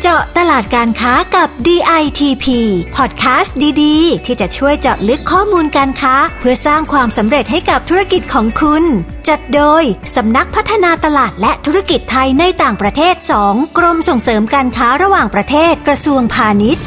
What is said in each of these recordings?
เจาะตลาดการค้ากับ DITP พอดแคสต์ดีๆที่จะช่วยเจาะลึกข้อมูลการค้าเพื่อสร้างความสำเร็จให้กับธุรกิจของคุณจัดโดยสำนักพัฒนาตลาดและธุรกิจไทยในต่างประเทศ 2 กรมส่งเสริมการค้าระหว่างประเทศกระทรวงพาณิชย์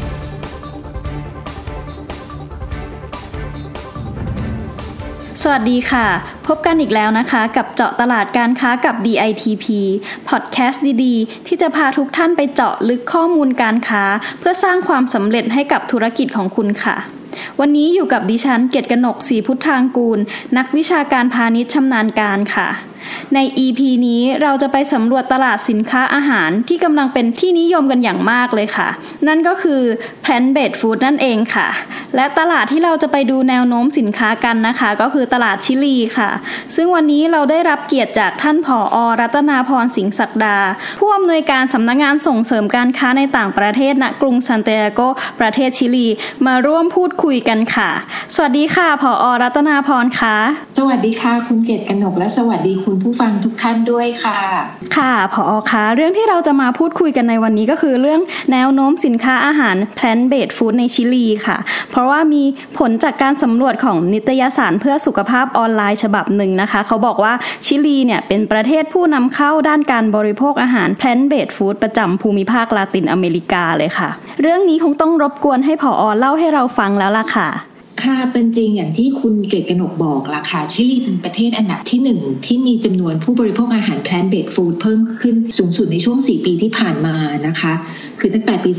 สวัสดีค่ะพบกันอีกแล้วนะคะกับเจาะตลาดการค้ากับ DITP พอดแคสต์ดีๆที่จะพาทุกท่านไปเจาะลึกข้อมูลการค้าเพื่อสร้างความสำเร็จให้กับธุรกิจของคุณค่ะวันนี้อยู่กับดิฉันเกียรติกนก ศรีพุทธางกูลนักวิชาการพาณิชย์ชำนาญการค่ะใน EP นี้เราจะไปสำรวจตลาดสินค้าอาหารที่กำลังเป็นที่นิยมกันอย่างมากเลยค่ะนั่นก็คือ Plant-based Food นั่นเองค่ะและตลาดที่เราจะไปดูแนวโน้มสินค้ากันนะคะก็คือตลาดชิลีค่ะซึ่งวันนี้เราได้รับเกียรติจากท่านผอ.รัตนาพรสิงห์ศักดาผู้อำนวยการสำนักงานส่งเสริมการค้าในต่างประเทศณกรุงซานติอาโกประเทศชิลีมาร่วมพูดคุยกันค่ะสวัสดีค่ะผอ.รัตนาพรค่ะสวัสดีค่ะคุณเกศกนกและสวัสดีคุณผู้ฟังทุกท่านด้วยค่ะค่ะผอ.คะเรื่องที่เราจะมาพูดคุยกันในวันนี้ก็คือเรื่องแนวโน้มสินค้าอาหาร Plant-based Food ในชิลีค่ะเพราะว่ามีผลจากการสำรวจของนิตยสารเพื่อสุขภาพออนไลน์ฉบับหนึ่งนะคะเขาบอกว่าชิลีเนี่ยเป็นประเทศผู้นำเข้าด้านการบริโภคอาหาร Plant-based Food ประจำภูมิภาคลาตินอเมริกาเลยค่ะเรื่องนี้คงต้องรบกวนให้ผอ.เล่าให้เราฟังแล้วล่ะค่ะค่ะเป็นจริงอย่างที่คุณเกศกนกบอกล่ะค่ะชิลีเป็นประเทศอันดับที่1ที่มีจำนวนผู้บริโภคอาหาร Plant-based Food เพิ่มขึ้นสูงสุดในช่วง4ปีที่ผ่านมานะคะคือตั้งแต่ปี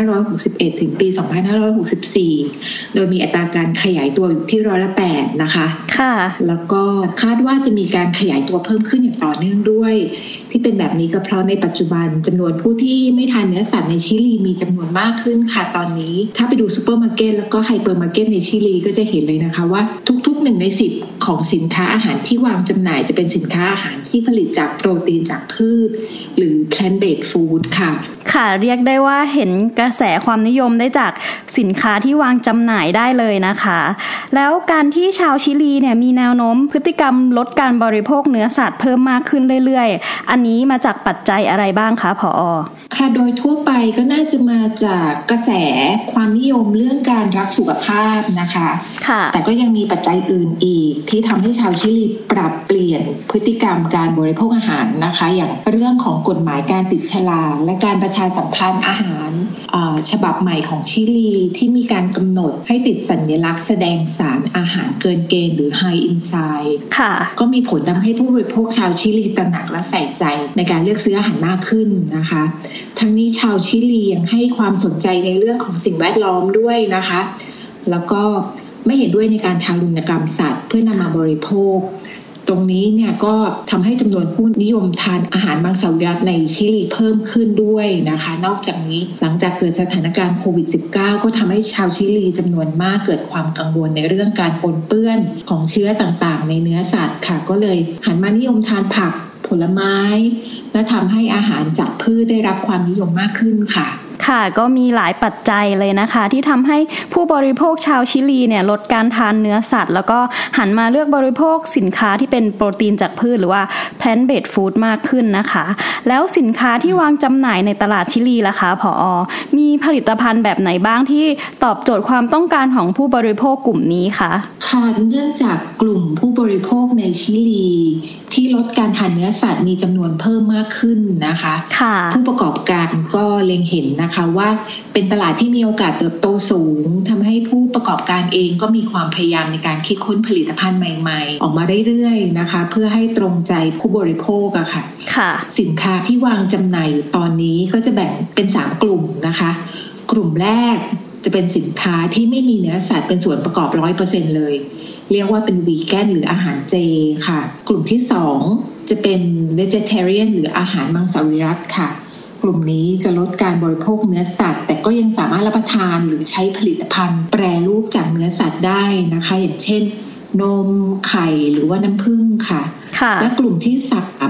2561ถึงปี2564โดยมีอัตราการขยายตัวอยู่ที่8%นะคะค่ะแล้วก็คาดว่าจะมีการขยายตัวเพิ่มขึ้นอย่างต่อเนื่องด้วยที่เป็นแบบนี้ก็เพราะในปัจจุบันจำนวนผู้ที่ไม่ทานเนื้อสัตว์ในชิลีมีจำนวนมากขึ้นค่ะตอนนี้ถ้าไปดูซูเปอร์มาร์เก็ตแล้วก็ไฮเปอร์มาร์เก็ตในชิลีก็จะเห็นเลยนะคะว่าทุกๆ1ใน10ของสินค้าอาหารที่วางจำหน่ายจะเป็นสินค้าอาหารที่ผลิตจากโปรตีนจากพืชหรือ Plant-based Food ค่ะค่ะเรียกได้ว่าเห็นกระแสความนิยมได้จากสินค้าที่วางจำหน่ายได้เลยนะคะแล้วการที่ชาวชิลีเนี่ยมีแนวโน้มพฤติกรรมลดการบริโภคเนื้อสัตว์เพิ่มมากขึ้นเรื่อยๆอันนี้มาจากปัจจัยอะไรบ้างคะผอ. ค่ะโดยทั่วไปก็น่าจะมาจากกระแสความนิยมเรื่องการรักสุขภาพนะคะค่ะแต่ก็ยังมีปัจจัยอื่นอีกที่ทำให้ชาวชิลีปรับเปลี่ยนพฤติกรรมการบริโภคอาหารนะคะอย่างเรื่องของกฎหมายการติดฉลากและการประชาสัมพันธ์อาหารฉบับใหม่ของชิลีที่มีการกำหนดให้ติดสัญลักษณ์แสดงสารอาหารเกินเกณฑ์หรือ High Enzyme ค่ะก็มีผลทำให้ผู้บริโภคชาวชิลีตระหนักและใส่ใจในการเลือกซื้ออาหารมากขึ้นนะคะทั้งนี้ชาวชิลียังให้ความสนใจในเรื่องของสิ่งแวดล้อมด้วยนะคะแล้วก็ไม่เห็นด้วยในการทารุณกรรมสัตว์เพื่อนำมาบริโภคตรงนี้เนี่ยก็ทำให้จำนวนผู้นิยมทานอาหารมังสวิรัติในชิลีเพิ่มขึ้นด้วยนะคะนอกจากนี้หลังจากเกิดสถานการณ์โควิด -19 ก็ทำให้ชาวชิลีจำนวนมากเกิดความกังวลในเรื่องการปนเปื้อนของเชื้อต่างๆในเนื้อสัตว์ค่ะก็เลยหันมานิยมทานผักผลไม้และทำให้อาหารจากพืชได้รับความนิยมมากขึ้นค่ะค่ะก็มีหลายปัจจัยเลยนะคะที่ทำให้ผู้บริโภคชาวชิลีเนี่ยลดการทานเนื้อสัตว์แล้วก็หันมาเลือกบริโภคสินค้าที่เป็นโปรตีนจากพืชหรือว่า Plant-based Food มากขึ้นนะคะแล้วสินค้าที่วางจำหน่ายในตลาดชิลีล่ะคะผอ.มีผลิตภัณฑ์แบบไหนบ้างที่ตอบโจทย์ความต้องการของผู้บริโภคกลุ่มนี้คะค่ะเนื่องจากกลุ่มผู้บริโภคในชิลีที่ลดการทานเนื้อสัตว์มีจำนวนเพิ่มมากขึ้นนะคะผู้ประกอบการก็เล็งเห็นนะคะว่าเป็นตลาดที่มีโอกาสเติบโตสูงทำให้ผู้ประกอบการเองก็มีความพยายามในการคิดค้นผลิตภัณฑ์ใหม่ๆออกมาเรื่อยๆนะคะเพื่อให้ตรงใจผู้บริโภคอะค่ะสินค้าที่วางจำหน่ายอยู่ตอนนี้ก็จะแบ่งเป็น3กลุ่มนะคะกลุ่มแรกจะเป็นสินค้าที่ไม่มีเนื้อสัตว์เป็นส่วนประกอบ 100% เลยเรียกว่าเป็นวีแกนหรืออาหารเจค่ะกลุ่มที่2จะเป็น vegetarian หรืออาหารมังสวิรัติค่ะกลุ่มนี้จะลดการบริโภคเนื้อสัตว์แต่ก็ยังสามารถรับประทานหรือใช้ผลิตภัณฑ์แปรรูปจากเนื้อสัตว์ได้นะคะอย่างเช่นนมไข่หรือว่าน้ำผึ้งค่ะและกลุ่มที่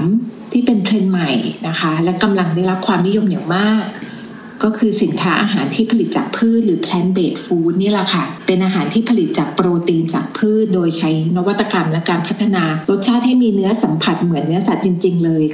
3ที่เป็นเทรนด์ใหม่นะคะและกำลังได้รับความนิยมอย่างมากก็คือสินค้าอาหารที่ผลิตจากพืชหรือ Plant-based Food นี่แหละค่ะเป็นอาหารที่ผลิตจากโปรตีนจากพืชโดยใช้นวัตกรรมและการพัฒนารสชาติให้มีเนื้อสัมผัสเหมือนเนื้อสัตว์จริงๆเลยค่ะ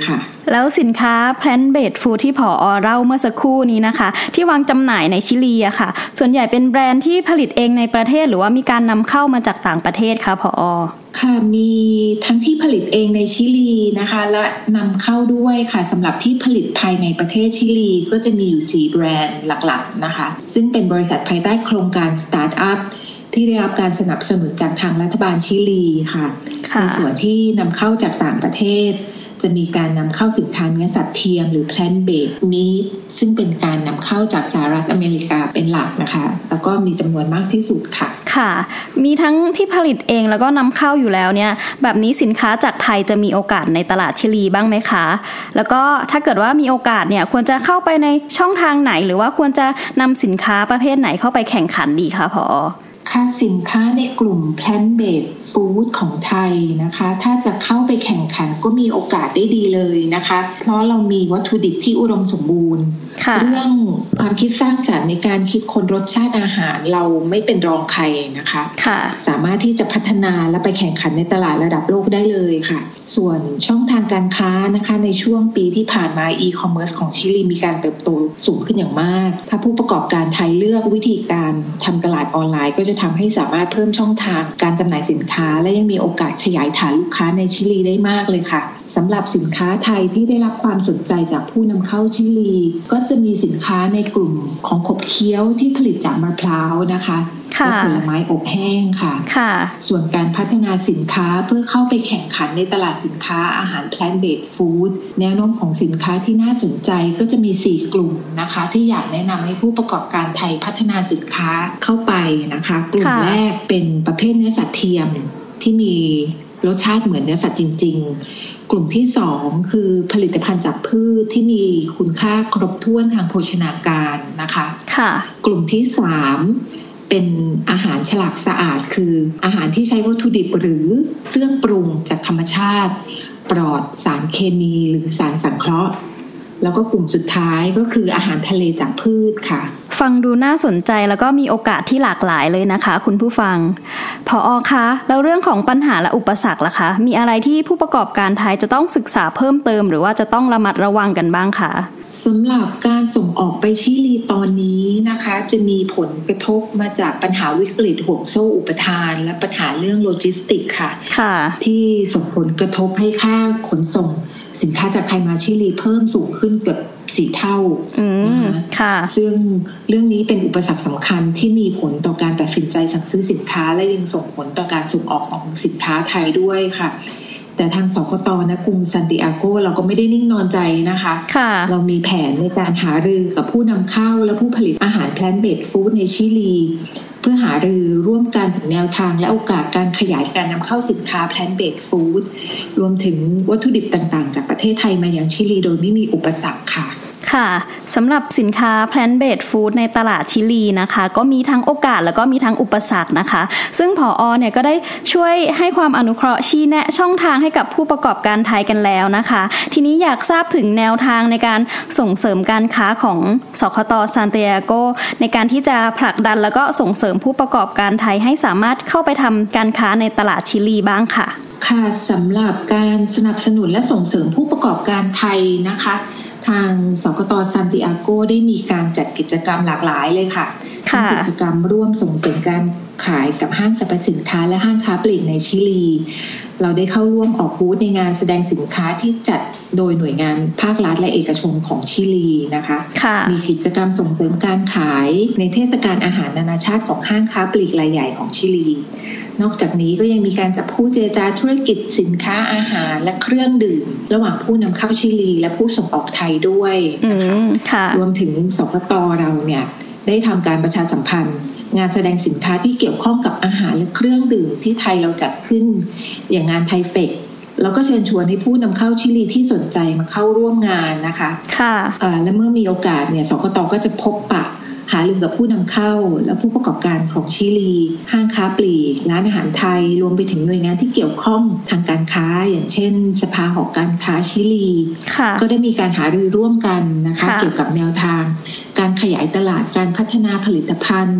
แล้วสินค้า plant-based food ที่ผอ.เล่าเมื่อสักครู่นี้นะคะที่วางจำหน่ายในชิลีอะค่ะส่วนใหญ่เป็นแบรนด์ที่ผลิตเองในประเทศหรือว่ามีการนำเข้ามาจากต่างประเทศคะผอ. ค่ะมีทั้งที่ผลิตเองในชิลีนะคะและนำเข้าด้วยค่ะสำหรับที่ผลิตภายในประเทศชิลีก็จะมีอยู่4แบรนด์หลักๆนะคะซึ่งเป็นบริษัทภายใต้โครงการสตาร์ทอัพที่ได้รับการสนับสนุนจากทางรัฐบาลชิลีค่ะในส่วนที่นำเข้าจากต่างประเทศจะมีการนำเข้าสินค้าเนื้อสัตว์เทียมหรือ plant-based meat ซึ่งเป็นการนำเข้าจากสหรัฐอเมริกาเป็นหลักนะคะแล้วก็มีจำนวนมากที่สุดค่ะค่ะมีทั้งที่ผลิตเองแล้วก็นำเข้าอยู่แล้วเนี่ยแบบนี้สินค้าจากไทยจะมีโอกาสในตลาดชิลีบ้างไหมคะแล้วก็ถ้าเกิดว่ามีโอกาสเนี่ยควรจะเข้าไปในช่องทางไหนหรือว่าควรจะนำสินค้าประเภทไหนเข้าไปแข่งขันดีคะผอ. ค่ะสินค้าในกลุ่ม plant-based food ของไทยนะคะถ้าจะเข้าไปแข่งขันก็มีโอกาสได้ดีเลยนะคะเพราะเรามีวัตถุดิบที่อุดมสมบูรณ์เรื่องความคิดสร้างสรรค์ในการคิดค้นรสชาติอาหารเราไม่เป็นรองใครนะคะสามารถที่จะพัฒนาและไปแข่งขันในตลาดระดับโลกได้เลยค่ะส่วนช่องทางการค้านะคะในช่วงปีที่ผ่านมา e-commerce ของชิลีมีการเติบโตสูงขึ้นอย่างมากถ้าผู้ประกอบการไทยเลือกวิธีการทำตลาดออนไลน์ก็จะทำให้สามารถเพิ่มช่องทางการจำหน่ายสินค้าและยังมีโอกาสขยายฐานลูกค้าในชิลีได้มากเลยค่ะสำหรับสินค้าไทยที่ได้รับความสนใจจากผู้นำเข้าชิลีก็จะมีสินค้าในกลุ่มของขบเคี้ยวที่ผลิตจากมะพร้าวนะคะและผลไม้อบแห้งค่ะส่วนการพัฒนาสินค้าเพื่อเข้าไปแข่งขันในตลาดสินค้าอาหาร plant-based food แนวโน้มของสินค้าที่น่าสนใจก็จะมี4กลุ่มนะคะที่อยากแนะนำให้ผู้ประกอบการไทยพัฒนาสินค้าเข้าไปนะคะกลุ่มแรกเป็นประเภทเนื้อสัตว์เทียมที่มีรสชาติเหมือนเนื้อสัตว์จริงๆกลุ่มที่2คือผลิตภัณฑ์จากพืชที่มีคุณค่าครบถ้วนทางโภชนาการนะคะกลุ่มที่3เป็นอาหารฉลากสะอาดคืออาหารที่ใช้วัตถุดิบหรือเครื่องปรุงจากธรรมชาติปลอดสารเคมีหรือสารสังเคราะห์แล้วก็กลุ่มสุดท้ายก็คืออาหารทะเลจากพืชค่ะฟังดูน่าสนใจแล้วก็มีโอกาสที่หลากหลายเลยนะคะคุณผู้ฟังผอ.คะแล้วเรื่องของปัญหาและอุปสรรคล่ะคะมีอะไรที่ผู้ประกอบการไทยจะต้องศึกษาเพิ่มเติมหรือว่าจะต้องระมัดระวังกันบ้างคะสำหรับการส่งออกไปชิลีตอนนี้นะคะจะมีผลกระทบมาจากปัญหาวิกฤตห่วงโซ่อุปทานและปัญหาเรื่องโลจิสติกค่ะที่ส่งผลกระทบให้ค่าขนส่งสินค้าจากไทยมาชิลีเพิ่มสูงขึ้นเกือบ4 เท่านะคะซึ่งเรื่องนี้เป็นอุปสรรคสำคัญที่มีผลต่อการตัดสินใจสั่งซื้อสินค้าและยังส่งผลต่อการส่งออกของสินค้าไทยด้วยค่ะแต่ทางสกต.นะกรุงซานติอาโกเราก็ไม่ได้นิ่งนอนใจนะคะเรามีแผนในการหารือกับผู้นำเข้าและผู้ผลิตอาหาร plant-based food ในชิลีเพื่อหารือร่วมกันถึงแนวทางและโอกาสการขยายการนำเข้าสินค้า plant-based food รวมถึงวัตถุดิบต่างๆจากประเทศไทยมายังชิลีโดยไม่มีอุปสรรคค่ะค่ะสำหรับสินค้า plant-based food ในตลาดชิลีนะคะก็มีทั้งโอกาสแล้วก็มีทั้งอุปสรรคนะคะซึ่งผอ.เนี่ยก็ได้ช่วยให้ความอนุเคราะห์ชี้แนะช่องทางให้กับผู้ประกอบการไทยกันแล้วนะคะทีนี้อยากทราบถึงแนวทางในการส่งเสริมการค้าของสคต.ซานติอาโกในการที่จะผลักดันแล้วก็ส่งเสริมผู้ประกอบการไทยให้สามารถเข้าไปทำการค้าในตลาดชิลีบ้างค่ะค่ะสำหรับการสนับสนุนและส่งเสริมผู้ประกอบการไทยนะคะทางสคต.ซานติอาโกได้มีการจัดกิจกรรมหลากหลายเลยค่ะกิจกรรมร่วมส่งเสริมการขายกับห้างสรรพสินค้าและห้างค้าปลีกในชิลีเราได้เข้าร่วมออกบูธในงานแสดงสินค้าที่จัดโดยหน่วยงานภาครัฐและเอกชนของชิลีนะคะมีกิจกรรมส่งเสริมการขายในเทศกาลอาหารนานาชาติของห้างค้าปลีกรายใหญ่ของชิลีนอกจากนี้ก็ยังมีการจับคู่เจรจาธุรกิจสินค้าอาหารและเครื่องดื่มระหว่างผู้นำเข้าชิลีและผู้ส่งออกไทยด้วยนะคะรวมถึงสคต.เราเนี่ยได้ทำการประชาสัมพันธ์งานแสดงสินค้าที่เกี่ยวข้องกับอาหารและเครื่องดื่มที่ไทยเราจัดขึ้นอย่างงานไทเฟกแล้วก็เชิญชวนให้ผู้นำเข้าชิลีที่สนใจมาเข้าร่วมงานนะคะและเมื่อมีโอกาสเนี่ยสคต.ก็จะพบปะหารือกับผู้นำเข้าและผู้ประกอบการของชิลีห้างค้าปลีกร้านอาหารไทยรวมไปถึงหน่วยงานที่เกี่ยวข้องทางการค้าอย่างเช่นสภาหอการค้าชิลีก็ได้มีการหารือร่วมกันนะคะเกี่ยวกับแนวทางการขยายตลาดการพัฒนาผลิตภัณฑ์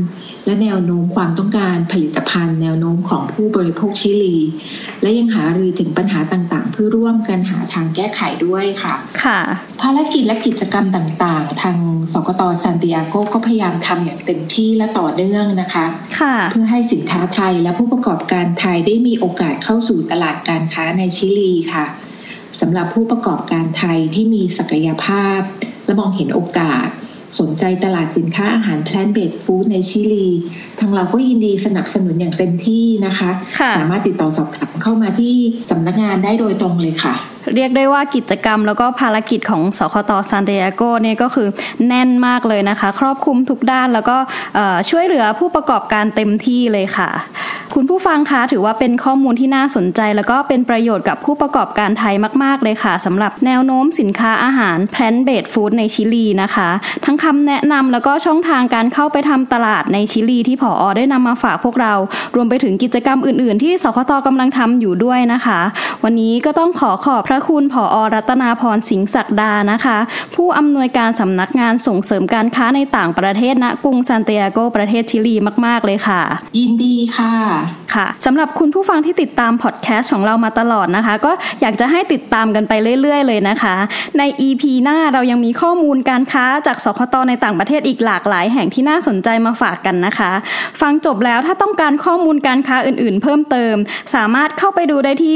และแนวโน้มความต้องการผลิตภัณฑ์แนวโน้มของผู้บริโภคชิลีและยังหารือถึงปัญหาต่างๆเพื่อร่วมกันหาทางแก้ไขด้วยค่ะภารกิจและกิจกรรมต่างๆทางสกต.ซานติอาโกก็พยายามทำอย่างเต็มที่และต่อเนื่องนะคะเพื่อให้สินค้าไทยและผู้ประกอบการไทยได้มีโอกาสเข้าสู่ตลาดการค้าในชิลีค่ะสำหรับผู้ประกอบการไทยที่มีศักยภาพและมองเห็นโอกาสสนใจตลาดสินค้าอาหารแพลนท์เบสฟู้ดในชิลีทางเราก็ยินดีสนับสนุนอย่างเต็มที่นะคะสามารถติดต่อสอบถามเข้ามาที่สำนักงานได้โดยตรงเลยค่ะเรียกได้ว่ากิจกรรมแล้วก็ภารกิจของสคต.ซานติอาโกเนี่ยก็คือแน่นมากเลยนะคะครอบคลุมทุกด้านแล้วก็ช่วยเหลือผู้ประกอบการเต็มที่เลยค่ะคุณผู้ฟังคะถือว่าเป็นข้อมูลที่น่าสนใจแล้วก็เป็นประโยชน์กับผู้ประกอบการไทยมากๆเลยค่ะสำหรับแนวโน้มสินค้าอาหารแพลนท์เบสฟู้ดในชิลีนะคะทั้งคำแนะนำแล้วก็ช่องทางการเข้าไปทำตลาดในชิลีที่ผอ.ได้นำมาฝากพวกเรารวมไปถึงกิจกรรมอื่นๆที่สคต.กำลังทำอยู่ด้วยนะคะวันนี้ก็ต้องขอบพระคุณผอ.รัตนาพรสิงห์ศักดานะคะผู้อำนวยการสำนักงานส่งเสริมการค้าในต่างประเทศณกรุงซานติอาโกประเทศชิลีมากๆเลยค่ะยินดีค่ะสำหรับคุณผู้ฟังที่ติดตามพอดแคสต์ของเรามาตลอดนะคะก็อยากจะให้ติดตามกันไปเรื่อยๆเลยนะคะใน EP หน้าเรายังมีข้อมูลการค้าจากสคต.ในต่างประเทศอีกหลากหลายแห่งที่น่าสนใจมาฝากกันนะคะฟังจบแล้วถ้าต้องการข้อมูลการค้าอื่นๆเพิ่มเติมสามารถเข้าไปดูได้ที่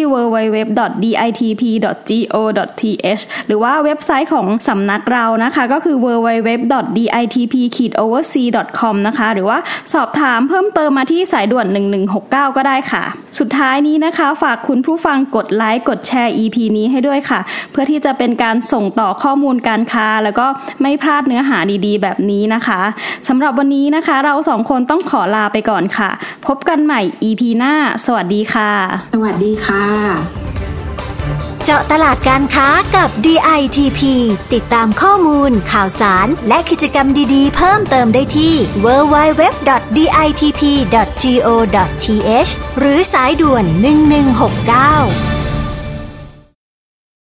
www.ditp.go.th หรือว่าเว็บไซต์ของสำนักเรานะคะก็คือ www.ditp-oversea.com นะคะหรือว่าสอบถามเพิ่มเติมมาที่สายด่วน1169ก็ได้ค่ะสุดท้ายนี้นะคะฝากคุณผู้ฟังกดไลค์กดแชร์ EP นี้ให้ด้วยค่ะเพื่อที่จะเป็นการส่งต่อข้อมูลการค้าแล้วก็ไม่พลาดเนื้อหาดีๆแบบนี้นะคะสำหรับวันนี้นะคะเราสองคนต้องขอลาไปก่อนค่ะพบกันใหม่ EP หน้าสวัสดีค่ะสวัสดีค่ะเจาะตลาดการค้ากับ DITP ติดตามข้อมูลข่าวสารและกิจกรรมดีๆเพิ่มเติมได้ที่ www.ditp.go.th หรือสายด่วน1169